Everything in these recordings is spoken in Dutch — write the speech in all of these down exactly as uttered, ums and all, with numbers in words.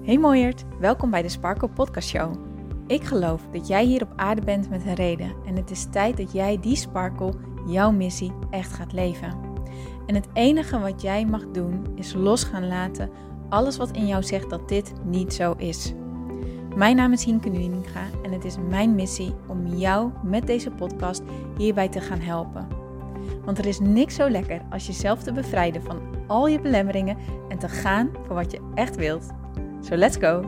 Hey mooiert, welkom bij de Sparkle Podcast Show. Ik geloof dat jij hier op aarde bent met een reden en het is tijd dat jij die sparkle, jouw missie, echt gaat leven. En het enige wat jij mag doen is los gaan laten alles wat in jou zegt dat dit niet zo is. Mijn naam is Hienke Nuninga en het is mijn missie om jou met deze podcast hierbij te gaan helpen. Want er is niks zo lekker als jezelf te bevrijden van al je belemmeringen en te gaan voor wat je echt wilt. So let's go!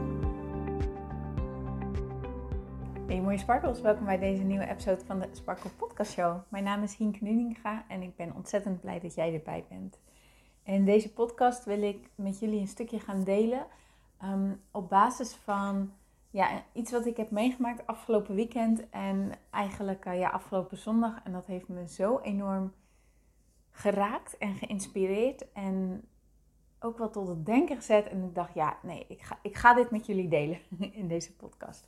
Hey mooie sparkles, welkom bij deze nieuwe episode van de Sparkle Podcast Show. Mijn naam is Hienke Nuninga en ik ben ontzettend blij dat jij erbij bent. En in deze podcast wil ik met jullie een stukje gaan delen um, op basis van ja, iets wat ik heb meegemaakt afgelopen weekend en eigenlijk uh, ja, afgelopen zondag. En dat heeft me zo enorm geraakt en geïnspireerd en ook wel tot het denken gezet. En ik dacht, ja, nee, ik ga, ik ga dit met jullie delen in deze podcast.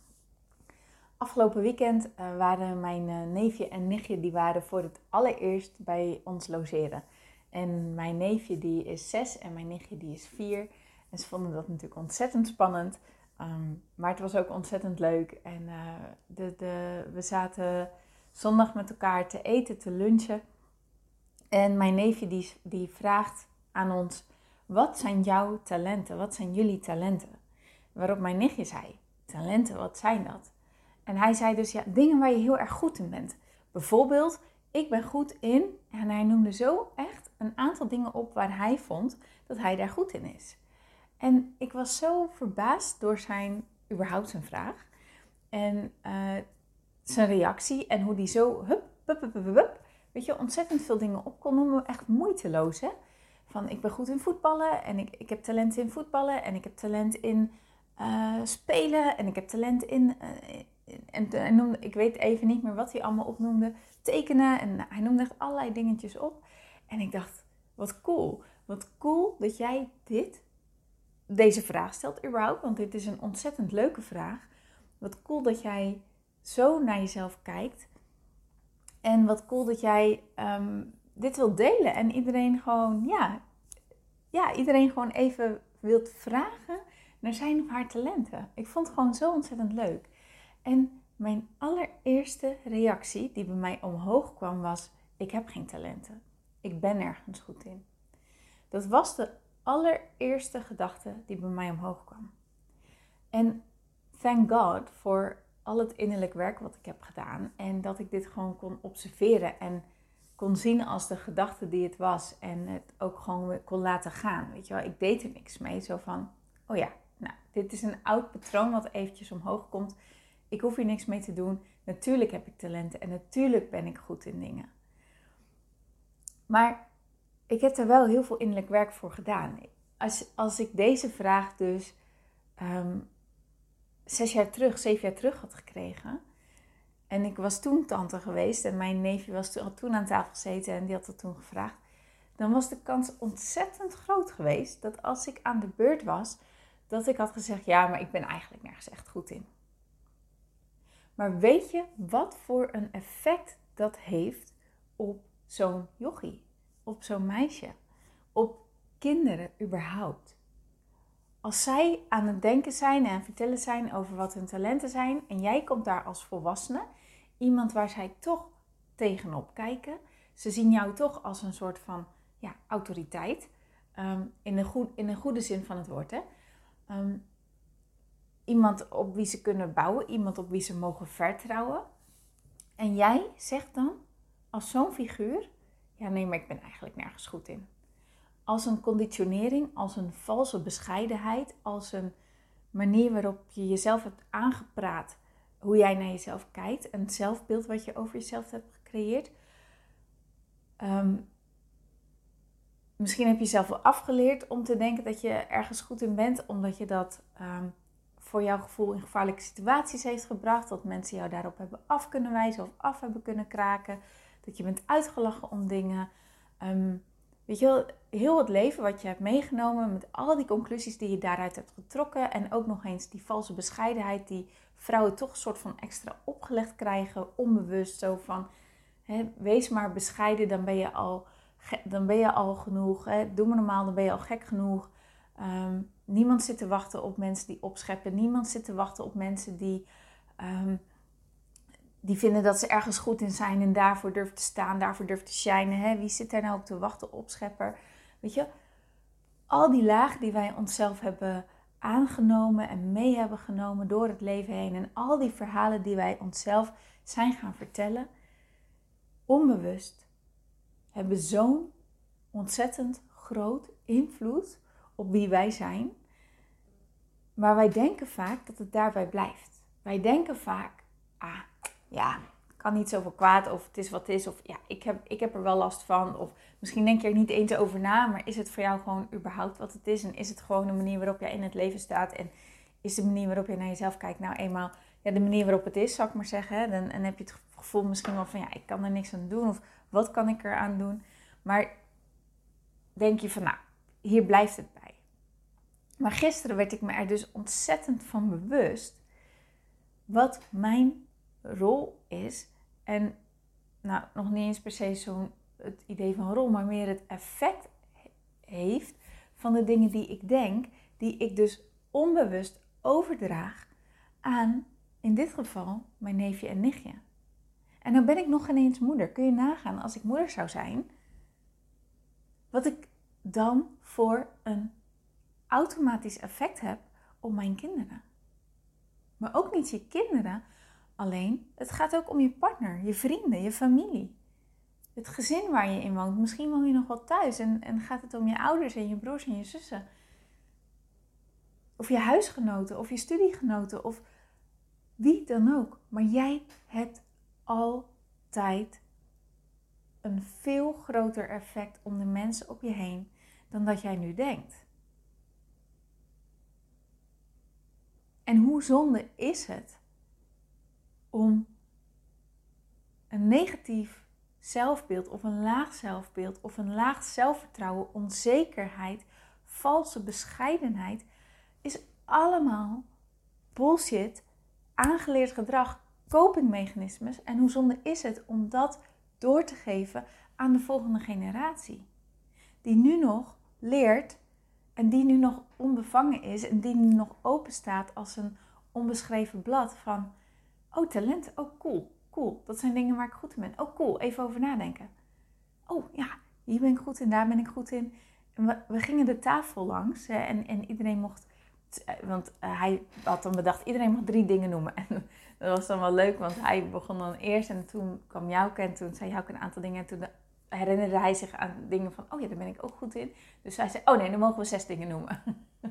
Afgelopen weekend uh, waren mijn uh, neefje en nichtje, die waren voor het allereerst bij ons logeren. En mijn neefje die is zes en mijn nichtje die is vier. En ze vonden dat natuurlijk ontzettend spannend. Um, maar het was ook ontzettend leuk. En uh, de, de, we zaten zondag met elkaar te eten, te lunchen. En mijn neefje die, die vraagt aan ons, wat zijn jouw talenten? Wat zijn jullie talenten? Waarop mijn nichtje zei, talenten, wat zijn dat? En hij zei dus, ja, dingen waar je heel erg goed in bent. Bijvoorbeeld, ik ben goed in, en hij noemde zo echt een aantal dingen op waar hij vond dat hij daar goed in is. En ik was zo verbaasd door zijn, überhaupt zijn vraag. En uh, zijn reactie en hoe die zo, hup, hup, hup, hup, hup, weet je, ontzettend veel dingen op kon noemen. Echt moeiteloos, hè. Van, ik ben goed in voetballen en ik, ik heb talent in voetballen en ik heb talent in uh, spelen en ik heb talent in, uh, in en, en noemde, ik weet even niet meer wat hij allemaal opnoemde, tekenen en nou, hij noemde echt allerlei dingetjes op. En ik dacht, wat cool, wat cool dat jij dit, deze vraag stelt überhaupt, want dit is een ontzettend leuke vraag. Wat cool dat jij zo naar jezelf kijkt en wat cool dat jij um, dit wilt delen en iedereen gewoon, ja, ja, iedereen gewoon even wilt vragen naar zijn of haar talenten. Ik vond het gewoon zo ontzettend leuk. En mijn allereerste reactie die bij mij omhoog kwam was, ik heb geen talenten. Ik ben nergens goed in. Dat was de allereerste gedachte die bij mij omhoog kwam. En thank God voor al het innerlijk werk wat ik heb gedaan en dat ik dit gewoon kon observeren en kon zien als de gedachte die het was en het ook gewoon kon laten gaan. Weet je wel, ik deed er niks mee. Zo van, oh ja, nou, dit is een oud patroon wat eventjes omhoog komt. Ik hoef hier niks mee te doen. Natuurlijk heb ik talenten en natuurlijk ben ik goed in dingen. Maar ik heb er wel heel veel innerlijk werk voor gedaan. Als, als ik deze vraag dus um, zes jaar terug, zeven jaar terug had gekregen. En ik was toen tante geweest en mijn neefje was toen, had toen aan tafel gezeten en die had dat toen gevraagd. Dan was de kans ontzettend groot geweest dat als ik aan de beurt was, dat ik had gezegd, ja, maar ik ben eigenlijk nergens echt goed in. Maar weet je wat voor een effect dat heeft op zo'n jochie, op zo'n meisje, op kinderen überhaupt? Als zij aan het denken zijn en vertellen zijn over wat hun talenten zijn en jij komt daar als volwassene, iemand waar zij toch tegenop kijken, ze zien jou toch als een soort van ja, autoriteit, um, in, een goed, in een goede zin van het woord, hè? Um, iemand op wie ze kunnen bouwen, iemand op wie ze mogen vertrouwen. En jij zegt dan als zo'n figuur, ja nee, maar ik ben eigenlijk nergens goed in. Als een conditionering, als een valse bescheidenheid, als een manier waarop je jezelf hebt aangepraat, hoe jij naar jezelf kijkt, een zelfbeeld wat je over jezelf hebt gecreëerd. Um, misschien heb je jezelf wel afgeleerd om te denken dat je ergens goed in bent, omdat je dat um, voor jouw gevoel in gevaarlijke situaties heeft gebracht, dat mensen jou daarop hebben af kunnen wijzen of af hebben kunnen kraken, dat je bent uitgelachen om dingen. Um, Weet je wel, heel het leven wat je hebt meegenomen met al die conclusies die je daaruit hebt getrokken. En ook nog eens die valse bescheidenheid die vrouwen toch een soort van extra opgelegd krijgen. Onbewust zo van, hè, wees maar bescheiden, dan ben je al, dan ben je al genoeg. Hè, doe maar normaal, dan ben je al gek genoeg. Um, niemand zit te wachten op mensen die opscheppen. Niemand zit te wachten op mensen die, um, die vinden dat ze ergens goed in zijn en daarvoor durven te staan, daarvoor durven te shinen. Hè? Wie zit daar nou op te wachten? Opschepper. Weet je, al die lagen die wij onszelf hebben aangenomen en mee hebben genomen door het leven heen. En al die verhalen die wij onszelf zijn gaan vertellen, onbewust, hebben zo'n ontzettend groot invloed op wie wij zijn. Maar wij denken vaak dat het daarbij blijft. Wij denken vaak, ah, ja, kan niet zoveel kwaad, of het is wat het is, of ja, ik heb, ik heb er wel last van. Of misschien denk je er niet eens over na, maar is het voor jou gewoon überhaupt wat het is? En is het gewoon de manier waarop jij in het leven staat? En is de manier waarop je naar jezelf kijkt nou eenmaal ja, de manier waarop het is, zal ik maar zeggen. Hè? Dan, en heb je het gevoel misschien wel van, ja, ik kan er niks aan doen. Of wat kan ik eraan doen? Maar denk je van, nou, hier blijft het bij. Maar gisteren werd ik me er dus ontzettend van bewust wat mijn rol is. En nou, nog niet eens per se zo'n het idee van rol, maar meer het effect heeft van de dingen die ik denk, die ik dus onbewust overdraag aan, in dit geval, mijn neefje en nichtje. En dan ben ik nog ineens moeder. Kun je nagaan, als ik moeder zou zijn, wat ik dan voor een automatisch effect heb op mijn kinderen. Maar ook niet je kinderen alleen. Het gaat ook om je partner, je vrienden, je familie. Het gezin waar je in woont. Misschien woon je nog wel thuis en, en gaat het om je ouders en je broers en je zussen. Of je huisgenoten of je studiegenoten of wie dan ook. Maar jij hebt altijd een veel groter effect op de mensen om je heen dan dat jij nu denkt. En hoe zonde is het om een negatief zelfbeeld of een laag zelfbeeld of een laag zelfvertrouwen, onzekerheid, valse bescheidenheid, is allemaal bullshit, aangeleerd gedrag, copingmechanismes. En hoe zonde is het om dat door te geven aan de volgende generatie, die nu nog leert en die nu nog onbevangen is en die nu nog open staat als een onbeschreven blad van, oh, talent, oh, cool, cool, dat zijn dingen waar ik goed in ben. Oh, cool, even over nadenken. Oh, ja, hier ben ik goed in, daar ben ik goed in. En we, we gingen de tafel langs hè, en, en iedereen mocht, want uh, hij had dan bedacht, iedereen mag drie dingen noemen. En dat was dan wel leuk, want hij begon dan eerst en toen kwam Jouke en toen zei Jouke een aantal dingen en toen herinnerde hij zich aan dingen van, oh ja, daar ben ik ook goed in. Dus hij zei, oh nee, dan mogen we zes dingen noemen.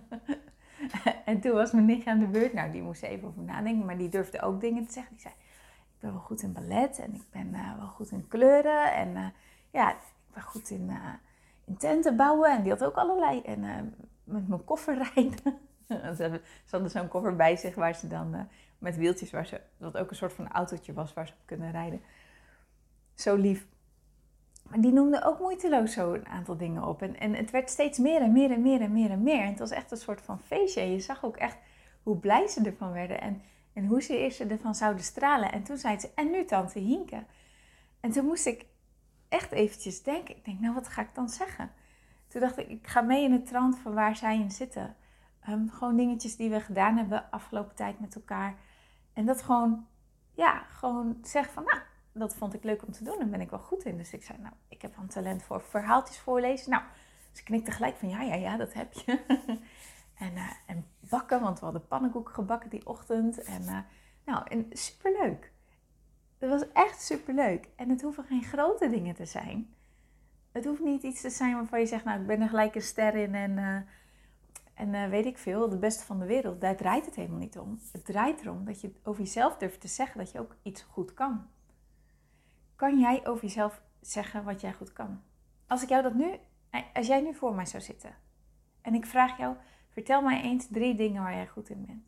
En toen was mijn nichtje aan de beurt. Nou, die moest even over nadenken, maar die durfde ook dingen te zeggen. Die zei, ik ben wel goed in ballet en ik ben uh, wel goed in kleuren. En uh, ja, ik ben goed in, uh, in tenten bouwen. En die had ook allerlei. En uh, met mijn koffer rijden. Ze hadden zo'n koffer bij zich waar ze dan uh, met wieltjes, waar ze, wat ook een soort van autootje was waar ze op kunnen rijden. Zo lief. Maar die noemde ook moeiteloos zo een aantal dingen op. En, en het werd steeds meer en meer en meer en meer en meer. En het was echt een soort van feestje. En je zag ook echt hoe blij ze ervan werden. En, en hoe ze eerst ervan zouden stralen. En toen zei ze, en nu tante Hienke. En toen moest ik echt eventjes denken. Ik denk, nou wat ga ik dan zeggen? Toen dacht ik, ik ga mee in de trant van waar zij in zitten. Um, gewoon dingetjes die we gedaan hebben afgelopen tijd met elkaar. En dat gewoon, ja, gewoon zeggen van, nou, dat vond ik leuk om te doen. Daar ben ik wel goed in. Dus ik zei, nou, ik heb een talent voor verhaaltjes voorlezen. Nou, ze knikte gelijk van, ja, ja, ja, dat heb je. en, uh, en bakken, want we hadden pannenkoeken gebakken die ochtend. En uh, nou, en superleuk. Het was echt superleuk. En het hoeven geen grote dingen te zijn. Het hoeft niet iets te zijn waarvan je zegt, nou, ik ben er gelijk een ster in en... Uh, En uh, weet ik veel, de beste van de wereld. Daar draait het helemaal niet om. Het draait erom dat je over jezelf durft te zeggen dat je ook iets goed kan. Kan jij over jezelf zeggen wat jij goed kan? Als ik jou dat nu, als jij nu voor mij zou zitten en ik vraag jou, vertel mij eens drie dingen waar jij goed in bent.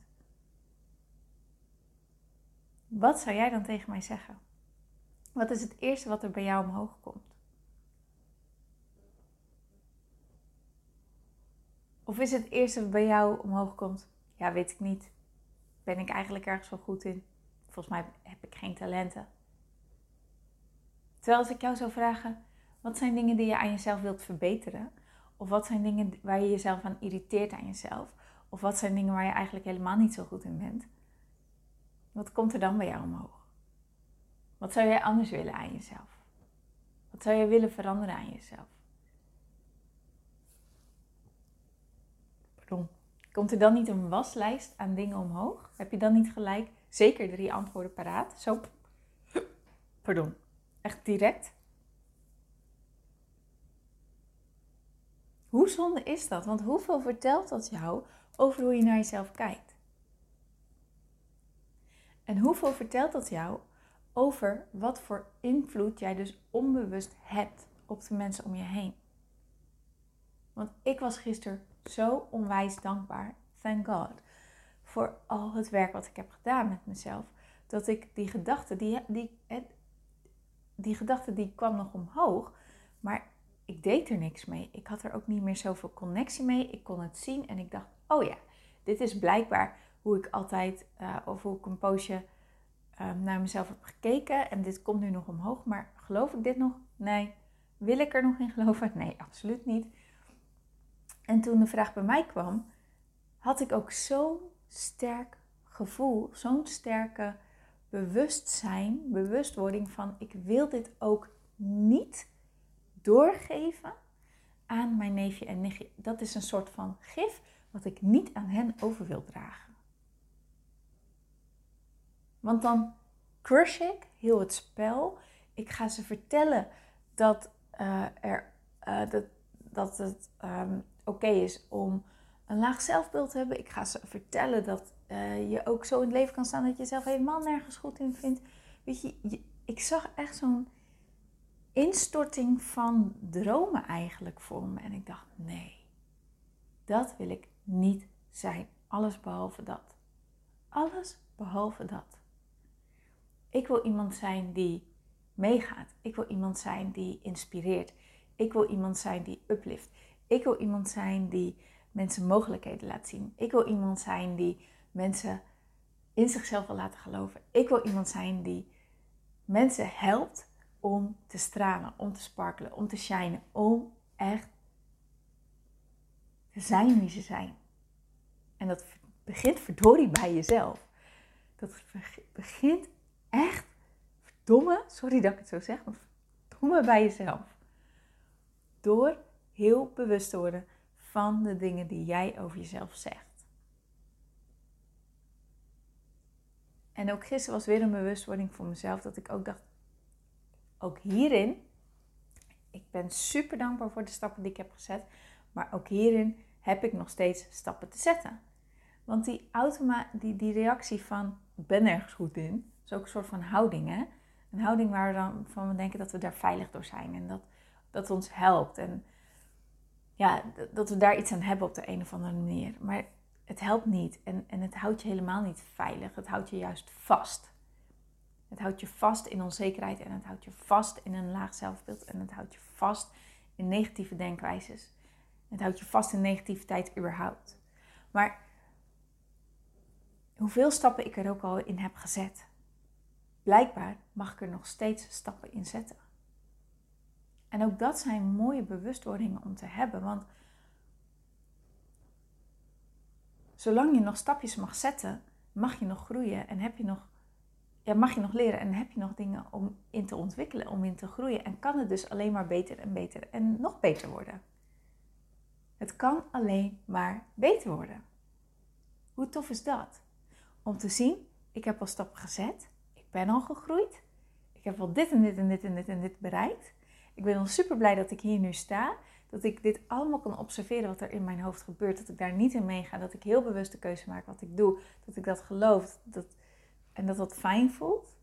Wat zou jij dan tegen mij zeggen? Wat is het eerste wat er bij jou omhoog komt? Of is het eerste wat bij jou omhoog komt? Ja, weet ik niet. Ben ik eigenlijk ergens wel goed in? Volgens mij heb ik geen talenten. Terwijl als ik jou zou vragen, wat zijn dingen die je aan jezelf wilt verbeteren? Of wat zijn dingen waar je jezelf aan irriteert aan jezelf? Of wat zijn dingen waar je eigenlijk helemaal niet zo goed in bent? Wat komt er dan bij jou omhoog? Wat zou jij anders willen aan jezelf? Wat zou jij willen veranderen aan jezelf? Pardon. Komt er dan niet een waslijst aan dingen omhoog? Heb je dan niet gelijk zeker drie antwoorden paraat? Zo. Pardon. Echt direct. Hoe zonde is dat? Want hoeveel vertelt dat jou over hoe je naar jezelf kijkt? En hoeveel vertelt dat jou over wat voor invloed jij dus onbewust hebt op de mensen om je heen? Want ik was gisteren zo onwijs dankbaar, thank God, voor al het werk wat ik heb gedaan met mezelf. Dat ik die gedachte, die, die, die gedachte die kwam nog omhoog, maar ik deed er niks mee. Ik had er ook niet meer zoveel connectie mee. Ik kon het zien en ik dacht, oh ja, dit is blijkbaar hoe ik altijd, uh, of hoe ik een poosje uh, naar mezelf heb gekeken. En dit komt nu nog omhoog, maar geloof ik dit nog? Nee. Wil ik er nog in geloven? Nee, absoluut niet. En toen de vraag bij mij kwam, had ik ook zo'n sterk gevoel, zo'n sterke bewustzijn, bewustwording van ik wil dit ook niet doorgeven aan mijn neefje en nichtje. Dat is een soort van gif wat ik niet aan hen over wil dragen. Want dan crush ik heel het spel. Ik ga ze vertellen dat, uh, er, uh, dat, dat het um, oké okay is om een laag zelfbeeld te hebben. Ik ga ze vertellen dat uh, je ook zo in het leven kan staan dat je jezelf helemaal nergens goed in vindt. Weet je, je ik zag echt zo'n instorting van dromen eigenlijk voor me. En ik dacht, nee, dat wil ik niet zijn. Alles behalve dat. Alles behalve dat. Ik wil iemand zijn die meegaat. Ik wil iemand zijn die inspireert. Ik wil iemand zijn die uplift. Ik wil iemand zijn die mensen mogelijkheden laat zien. Ik wil iemand zijn die mensen in zichzelf wil laten geloven. Ik wil iemand zijn die mensen helpt om te stralen, om te sparkelen, om te shinen, om echt te zijn wie ze zijn. En dat begint verdorie bij jezelf. Dat begint echt, verdomme, sorry dat ik het zo zeg, maar verdomme bij jezelf. Door heel bewust te worden van de dingen die jij over jezelf zegt. En ook gisteren was weer een bewustwording voor mezelf dat ik ook dacht, ook hierin, ik ben super dankbaar voor de stappen die ik heb gezet, maar ook hierin heb ik nog steeds stappen te zetten. Want die, automa- die, die reactie van, ik ben ergens goed in, is ook een soort van houding. Hè? Een houding waar we dan van we denken dat we daar veilig door zijn en dat dat ons helpt. En ja, dat we daar iets aan hebben op de een of andere manier. Maar het helpt niet en, en het houdt je helemaal niet veilig. Het houdt je juist vast. Het houdt je vast in onzekerheid en het houdt je vast in een laag zelfbeeld. En het houdt je vast in negatieve denkwijzes. Het houdt je vast in negativiteit überhaupt. Maar hoeveel stappen ik er ook al in heb gezet. Blijkbaar mag ik er nog steeds stappen in zetten. En ook dat zijn mooie bewustwordingen om te hebben. Want zolang je nog stapjes mag zetten, mag je nog groeien en heb je nog, ja, mag je nog leren en heb je nog dingen om in te ontwikkelen, om in te groeien. En kan het dus alleen maar beter en beter en nog beter worden. Het kan alleen maar beter worden. Hoe tof is dat? Om te zien, ik heb al stappen gezet, ik ben al gegroeid, ik heb al dit en dit en dit en dit en dit bereikt. Ik ben al super blij dat ik hier nu sta, dat ik dit allemaal kan observeren wat er in mijn hoofd gebeurt, dat ik daar niet in meega, dat ik heel bewust de keuze maak wat ik doe, dat ik dat geloof dat, en dat dat fijn voelt.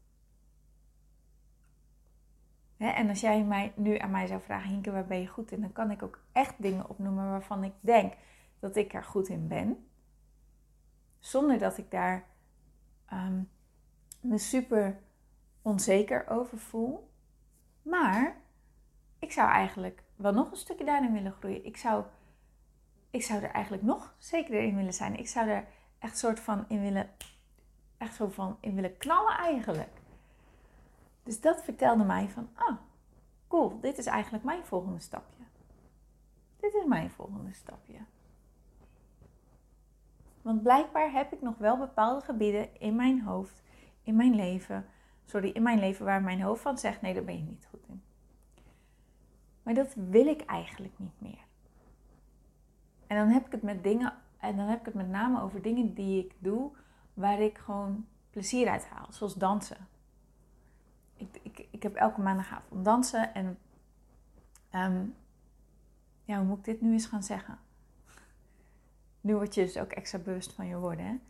Hè? En als jij mij, nu aan mij zou vragen, Hienke, waar ben je goed in? Dan kan ik ook echt dingen opnoemen waarvan ik denk dat ik er goed in ben. Zonder dat ik daar um, me super onzeker over voel. Maar ik zou eigenlijk wel nog een stukje daarin willen groeien. Ik zou, ik zou er eigenlijk nog zekerder in willen zijn. Ik zou er echt soort van in willen, echt zo van in willen knallen eigenlijk. Dus dat vertelde mij van, ah, cool, dit is eigenlijk mijn volgende stapje. dit is mijn volgende stapje. Want blijkbaar heb ik nog wel bepaalde gebieden in mijn hoofd, in mijn leven, sorry, in mijn leven waar mijn hoofd van zegt, nee, daar ben je niet goed in. Maar dat wil ik eigenlijk niet meer. En dan heb ik het met dingen, en dan heb ik het met name over dingen die ik doe, waar ik gewoon plezier uit haal, zoals dansen. Ik, ik, ik heb elke maandagavond dansen en um, ja, hoe moet ik dit nu eens gaan zeggen? Nu word je dus ook extra bewust van je woorden, hè?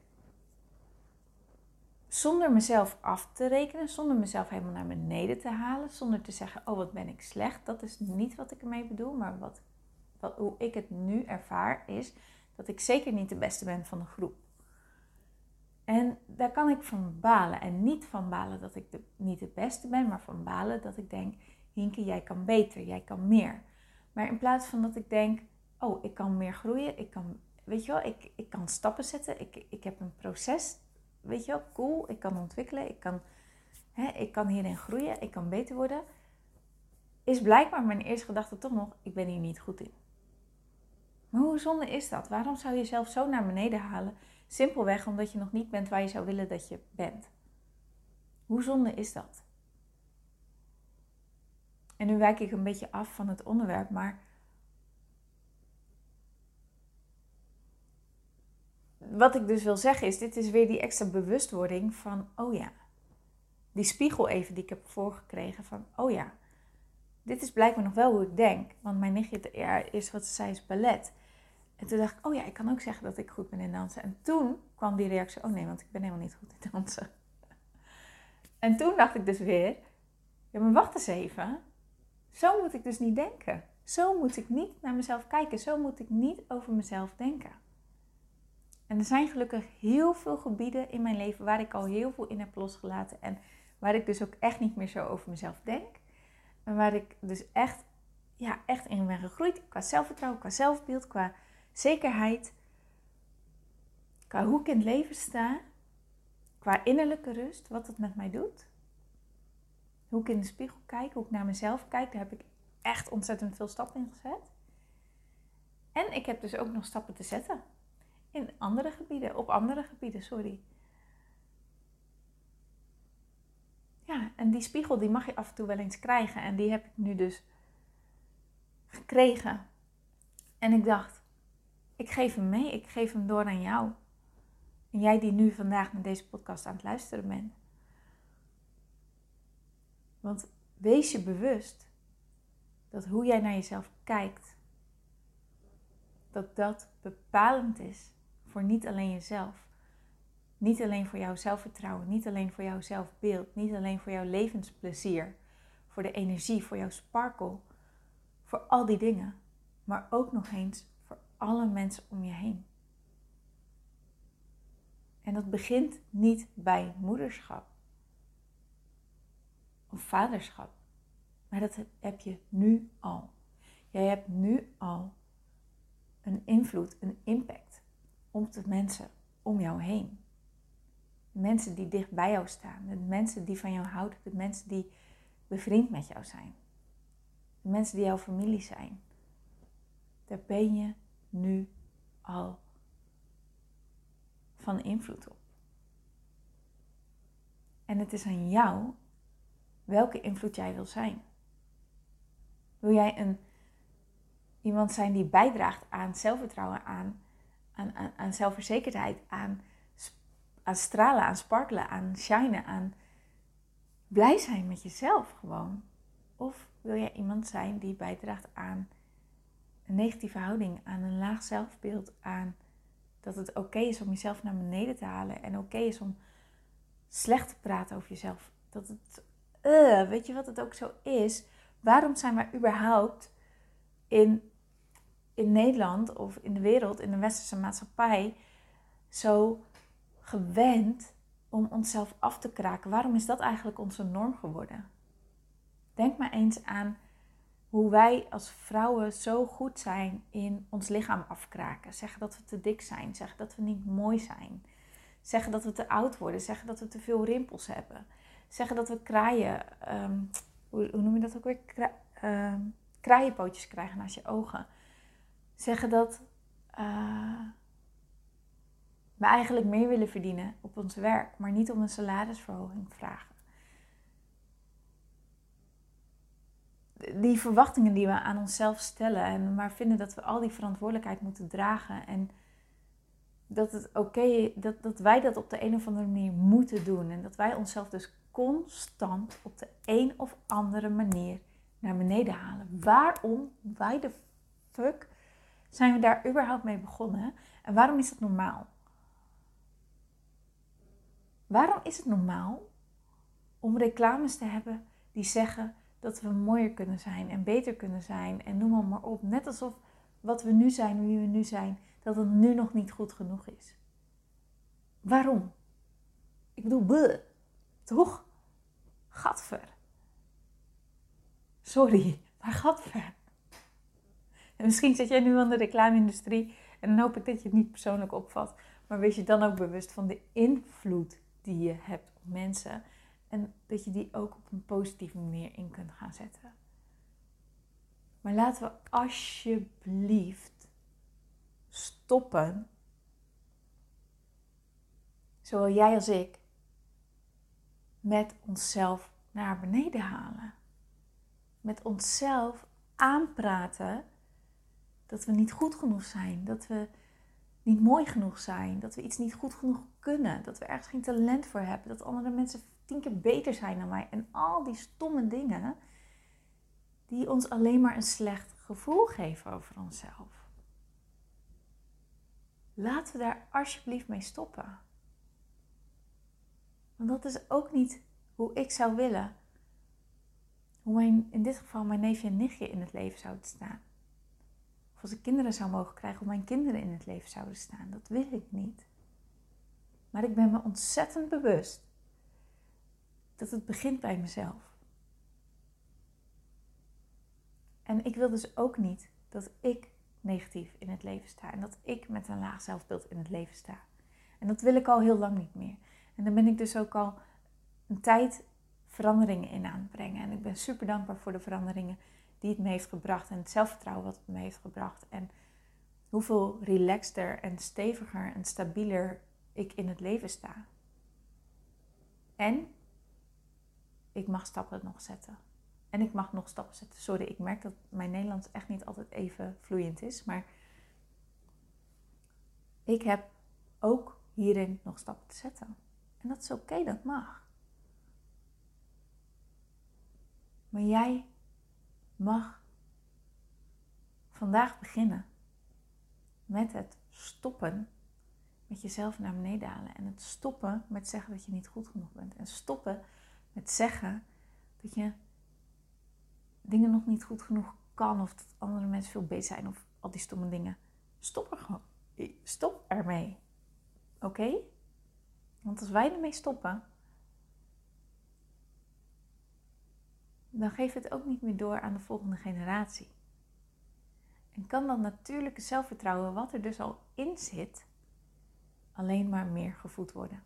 Zonder mezelf af te rekenen, zonder mezelf helemaal naar beneden te halen, zonder te zeggen, oh wat ben ik slecht. Dat is niet wat ik ermee bedoel, maar wat, wat, hoe ik het nu ervaar is dat ik zeker niet de beste ben van de groep. En daar kan ik van balen. En niet van balen dat ik de, niet de beste ben, maar van balen dat ik denk, Hienke, jij kan beter, jij kan meer. Maar in plaats van dat ik denk, oh, ik kan meer groeien, ik kan, weet je wel, ik, ik kan stappen zetten, ik, ik heb een proces, weet je wel, cool, ik kan ontwikkelen, ik kan, hè, ik kan hierin groeien, ik kan beter worden, is blijkbaar mijn eerste gedachte toch nog, ik ben hier niet goed in. Maar hoe zonde is dat? Waarom zou je jezelf zo naar beneden halen? Simpelweg omdat je nog niet bent waar je zou willen dat je bent. Hoe zonde is dat? En nu wijk ik een beetje af van het onderwerp, maar wat ik dus wil zeggen is, dit is weer die extra bewustwording van, oh ja, die spiegel even die ik heb voorgekregen van, oh ja, dit is blijkbaar nog wel hoe ik denk. Want mijn nichtje, ja, eerst wat ze zei is ballet. En toen dacht ik, oh ja, ik kan ook zeggen dat ik goed ben in dansen. En toen kwam die reactie, oh nee, want ik ben helemaal niet goed in dansen. En toen dacht ik dus weer, ja, maar wacht eens even. Zo moet ik dus niet denken. Zo moet ik niet naar mezelf kijken. Zo moet ik niet over mezelf denken. En er zijn gelukkig heel veel gebieden in mijn leven waar ik al heel veel in heb losgelaten. En waar ik dus ook echt niet meer zo over mezelf denk. En waar ik dus echt, ja, echt in ben gegroeid. Qua zelfvertrouwen, qua zelfbeeld, qua zekerheid. Qua hoe ik in het leven sta. Qua innerlijke rust, wat het met mij doet. Hoe ik in de spiegel kijk, hoe ik naar mezelf kijk. Daar heb ik echt ontzettend veel stappen in gezet. En ik heb dus ook nog stappen te zetten. In andere gebieden, op andere gebieden, sorry. Ja, en die spiegel die mag je af en toe wel eens krijgen. En die heb ik nu dus gekregen. En ik dacht, ik geef hem mee, ik geef hem door aan jou. En jij die nu vandaag naar deze podcast aan het luisteren bent. Want wees je bewust dat hoe jij naar jezelf kijkt, dat dat bepalend is voor niet alleen jezelf. Niet alleen voor jouw zelfvertrouwen, niet alleen voor jouw zelfbeeld, niet alleen voor jouw levensplezier, voor de energie, voor jouw sparkle, voor al die dingen. Maar ook nog eens voor alle mensen om je heen. En dat begint niet bij moederschap of vaderschap. Maar dat heb je nu al. Jij hebt nu al een invloed, een impact op de mensen om jou heen. De mensen die dicht bij jou staan. De mensen die van jou houden. De mensen die bevriend met jou zijn. De mensen die jouw familie zijn. Daar ben je nu al van invloed op. En het is aan jou welke invloed jij wil zijn. Wil jij een, iemand zijn die bijdraagt aan zelfvertrouwen, aan, aan, aan, aan zelfverzekerdheid, aan, aan stralen, aan sparkelen, aan shinen, aan blij zijn met jezelf gewoon? Of wil jij iemand zijn die bijdraagt aan een negatieve houding, aan een laag zelfbeeld, aan dat het oké is om jezelf naar beneden te halen en oké is om slecht te praten over jezelf? Dat het, uh, weet je wat het ook zo is? Waarom zijn wij überhaupt in, in Nederland of in de wereld, in de westerse maatschappij, zo gewend om onszelf af te kraken? Waarom is dat eigenlijk onze norm geworden? Denk maar eens aan hoe wij als vrouwen zo goed zijn in ons lichaam afkraken. Zeggen dat we te dik zijn, zeggen dat we niet mooi zijn. Zeggen dat we te oud worden, zeggen dat we te veel rimpels hebben. Zeggen dat we kraaien, um, hoe, hoe noem je dat ook weer? Kra, um, kraaienpootjes krijgen naast je ogen. zeggen dat uh, we eigenlijk meer willen verdienen op ons werk, maar niet om een salarisverhoging vragen. Die verwachtingen die we aan onszelf stellen en maar vinden dat we al die verantwoordelijkheid moeten dragen en dat het oké okay, dat, dat wij dat op de een of andere manier moeten doen en dat wij onszelf dus constant op de een of andere manier naar beneden halen. Waarom, why the fuck, zijn we daar überhaupt mee begonnen? En waarom is het normaal? Waarom is het normaal om reclames te hebben die zeggen dat we mooier kunnen zijn en beter kunnen zijn en noem maar, maar op. Net alsof wat we nu zijn, wie we nu zijn, dat het nu nog niet goed genoeg is. Waarom? Ik bedoel, bleh, toch? Gadver. Sorry, maar gadver. En misschien zit jij nu aan de reclame-industrie en dan hoop ik dat je het niet persoonlijk opvat. Maar wees je dan ook bewust van de invloed die je hebt op mensen. En dat je die ook op een positieve manier in kunt gaan zetten. Maar laten we alsjeblieft stoppen. Zowel jij als ik. Met onszelf naar beneden halen. Met onszelf aanpraten dat we niet goed genoeg zijn. Dat we niet mooi genoeg zijn. Dat we iets niet goed genoeg kunnen. Dat we ergens geen talent voor hebben. Dat andere mensen tien keer beter zijn dan mij. En al die stomme dingen die ons alleen maar een slecht gevoel geven over onszelf. Laten we daar alsjeblieft mee stoppen. Want dat is ook niet hoe ik zou willen. Hoe mijn, in dit geval mijn neefje en nichtje in het leven zouden staan. Of als ik kinderen zou mogen krijgen, hoe mijn kinderen in het leven zouden staan. Dat wil ik niet. Maar ik ben me ontzettend bewust dat het begint bij mezelf. En ik wil dus ook niet dat ik negatief in het leven sta. En dat ik met een laag zelfbeeld in het leven sta. En dat wil ik al heel lang niet meer. En daar ben ik dus ook al een tijd veranderingen in aan het brengen. En ik ben super dankbaar voor de veranderingen die het me heeft gebracht. En het zelfvertrouwen wat het me heeft gebracht. En hoeveel relaxter en steviger en stabieler ik in het leven sta. En ik mag stappen nog zetten. En ik mag nog stappen zetten. Sorry, ik merk dat mijn Nederlands echt niet altijd even vloeiend is. Maar ik heb ook hierin nog stappen te zetten. En dat is oké, okay, dat mag. Maar jij mag vandaag beginnen met het stoppen met jezelf naar beneden halen. En het stoppen met zeggen dat je niet goed genoeg bent. En stoppen met zeggen dat je dingen nog niet goed genoeg kan. Of dat andere mensen veel beter zijn. Of al die stomme dingen. Stop er gewoon. Stop ermee. Oké? Okay? Want als wij ermee stoppen, dan geeft het ook niet meer door aan de volgende generatie. En kan dat natuurlijke zelfvertrouwen, wat er dus al in zit, alleen maar meer gevoed worden.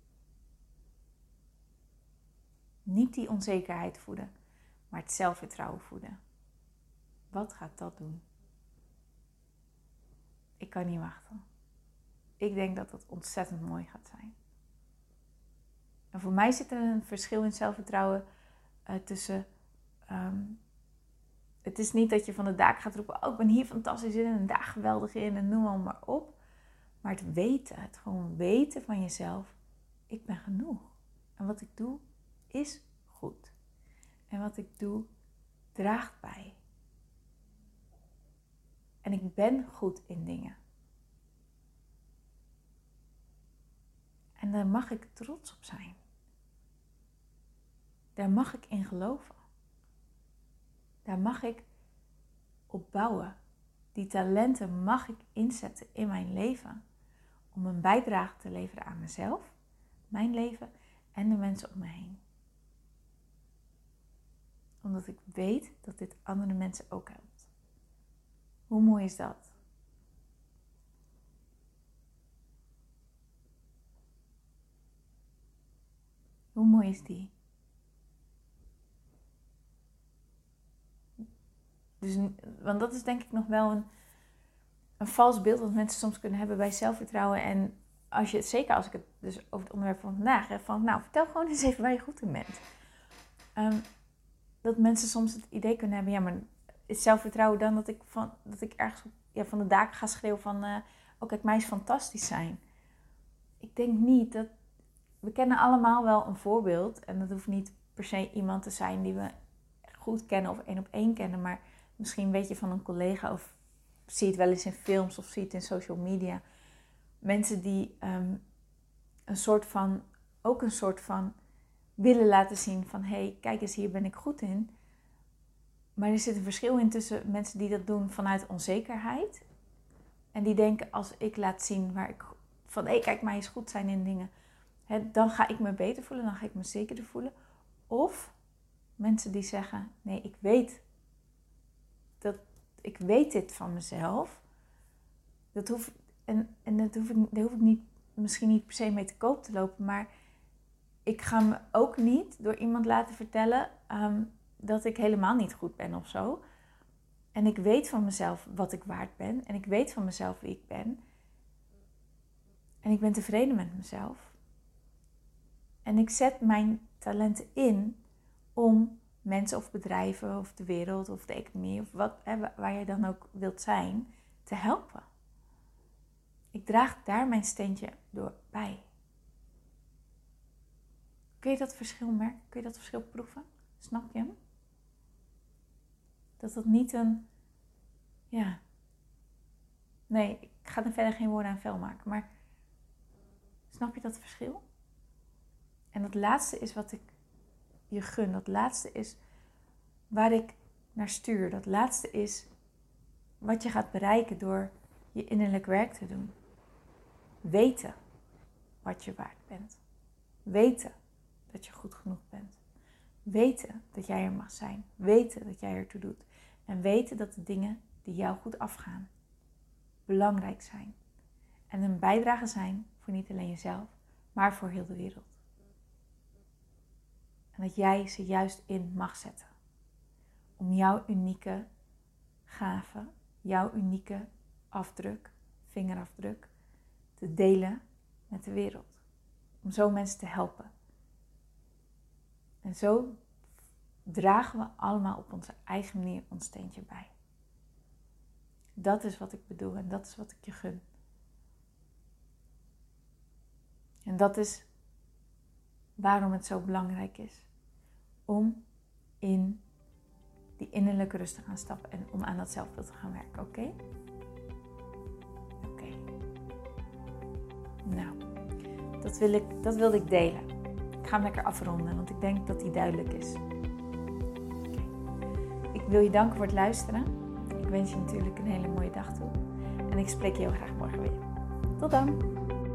Niet die onzekerheid voeden, maar het zelfvertrouwen voeden. Wat gaat dat doen? Ik kan niet wachten. Ik denk dat dat ontzettend mooi gaat zijn. En voor mij zit er een verschil in zelfvertrouwen uh, tussen... Um, het is niet dat je van de daken gaat roepen, oh, ik ben hier fantastisch in en daar geweldig in en noem maar op. Maar het weten, het gewoon weten van jezelf, ik ben genoeg. En wat ik doe, is goed. En wat ik doe, draagt bij. En ik ben goed in dingen. En daar mag ik trots op zijn. Daar mag ik in geloven. Daar mag ik op bouwen. Die talenten mag ik inzetten in mijn leven. Om een bijdrage te leveren aan mezelf, mijn leven en de mensen om me heen. Omdat ik weet dat dit andere mensen ook helpt. Hoe mooi is dat? Hoe mooi is die? Dus, want dat is denk ik nog wel een, een vals beeld dat mensen soms kunnen hebben bij zelfvertrouwen. En als je, zeker als ik het dus over het onderwerp van vandaag heb, van nou, vertel gewoon eens even waar je goed in bent. Um, dat mensen soms het idee kunnen hebben, ja, maar is zelfvertrouwen dan dat ik, van, dat ik ergens ja, van de daken ga schreeuwen van, uh, oh kijk, mij is fantastisch zijn. Ik denk niet dat, we kennen allemaal wel een voorbeeld. En dat hoeft niet per se iemand te zijn die we goed kennen of één op één kennen. Maar misschien weet je van een collega of zie het wel eens in films of zie het in social media. Mensen die um, een soort van, ook een soort van willen laten zien van, hé, hey, kijk eens, hier ben ik goed in. Maar er zit een verschil in tussen mensen die dat doen vanuit onzekerheid. En die denken, als ik laat zien waar ik van, hé, hey, kijk, mij is goed zijn in dingen. Hè, dan ga ik me beter voelen, dan ga ik me zekerder voelen. Of mensen die zeggen, nee, ik weet dat ik weet dit van mezelf. Dat hoef, en en dat hoef ik, daar hoef ik niet, misschien niet per se mee te koop te lopen, maar ik ga me ook niet door iemand laten vertellen um, dat ik helemaal niet goed ben of zo. En ik weet van mezelf wat ik waard ben. En ik weet van mezelf wie ik ben. En ik ben tevreden met mezelf. En ik zet mijn talenten in om mensen of bedrijven of de wereld of de economie of wat, hè, waar je dan ook wilt zijn, te helpen. Ik draag daar mijn steentje door bij. Kun je dat verschil merken? Kun je dat verschil proeven? Snap je hem? Dat dat niet een, ja, nee, ik ga er verder geen woorden aan vuil maken, maar snap je dat verschil? En dat laatste is wat ik je gun. Dat laatste is waar ik naar stuur. Dat laatste is wat je gaat bereiken door je innerlijk werk te doen. Weten wat je waard bent. Weten dat je goed genoeg bent. Weten dat jij er mag zijn. Weten dat jij ertoe doet. En weten dat de dingen die jou goed afgaan belangrijk zijn. En een bijdrage zijn voor niet alleen jezelf, maar voor heel de wereld. En dat jij ze juist in mag zetten. Om jouw unieke gave, jouw unieke afdruk, vingerafdruk, te delen met de wereld. Om zo mensen te helpen. En zo dragen we allemaal op onze eigen manier ons steentje bij. Dat is wat ik bedoel en dat is wat ik je gun. En dat is waarom het zo belangrijk is om in die innerlijke rust te gaan stappen en om aan dat zelfbeeld te gaan werken, oké? Okay? Oké. Okay. Nou, dat, wil ik, dat wilde ik delen. Ik ga hem lekker afronden, want ik denk dat die duidelijk is. Okay. Ik wil je danken voor het luisteren. Ik wens je natuurlijk een hele mooie dag toe. En ik spreek je heel graag morgen weer. Tot dan!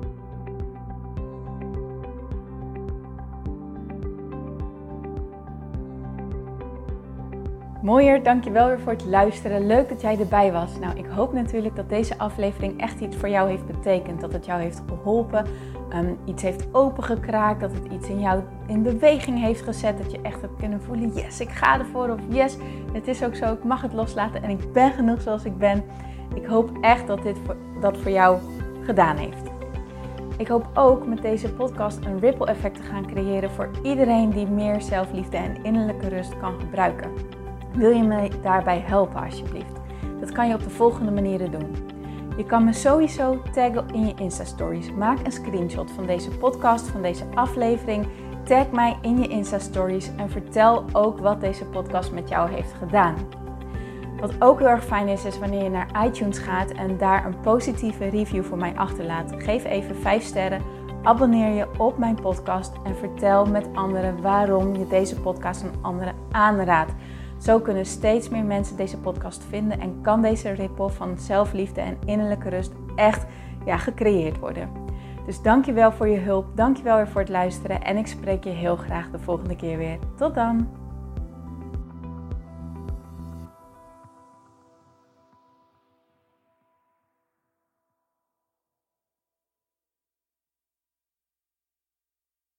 Mooier, dankjewel weer voor het luisteren. Leuk dat jij erbij was. Nou, ik hoop natuurlijk dat deze aflevering echt iets voor jou heeft betekend. Dat het jou heeft geholpen, um, iets heeft opengekraakt, dat het iets in jou in beweging heeft gezet. Dat je echt hebt kunnen voelen, yes, ik ga ervoor. Of yes, het is ook zo, ik mag het loslaten en ik ben genoeg zoals ik ben. Ik hoop echt dat dit voor, dat voor jou gedaan heeft. Ik hoop ook met deze podcast een ripple effect te gaan creëren voor iedereen die meer zelfliefde en innerlijke rust kan gebruiken. Wil je me daarbij helpen alsjeblieft? Dat kan je op de volgende manieren doen. Je kan me sowieso taggen in je Insta-stories. Maak een screenshot van deze podcast, van deze aflevering. Tag mij in je Insta-stories en vertel ook wat deze podcast met jou heeft gedaan. Wat ook heel erg fijn is, is wanneer je naar iTunes gaat en daar een positieve review voor mij achterlaat. Geef even vijf sterren, abonneer je op mijn podcast en vertel met anderen waarom je deze podcast aan anderen aanraadt. Zo kunnen steeds meer mensen deze podcast vinden en kan deze ripple van zelfliefde en innerlijke rust echt ja, gecreëerd worden. Dus dankjewel voor je hulp, dankjewel weer voor het luisteren en ik spreek je heel graag de volgende keer weer. Tot dan!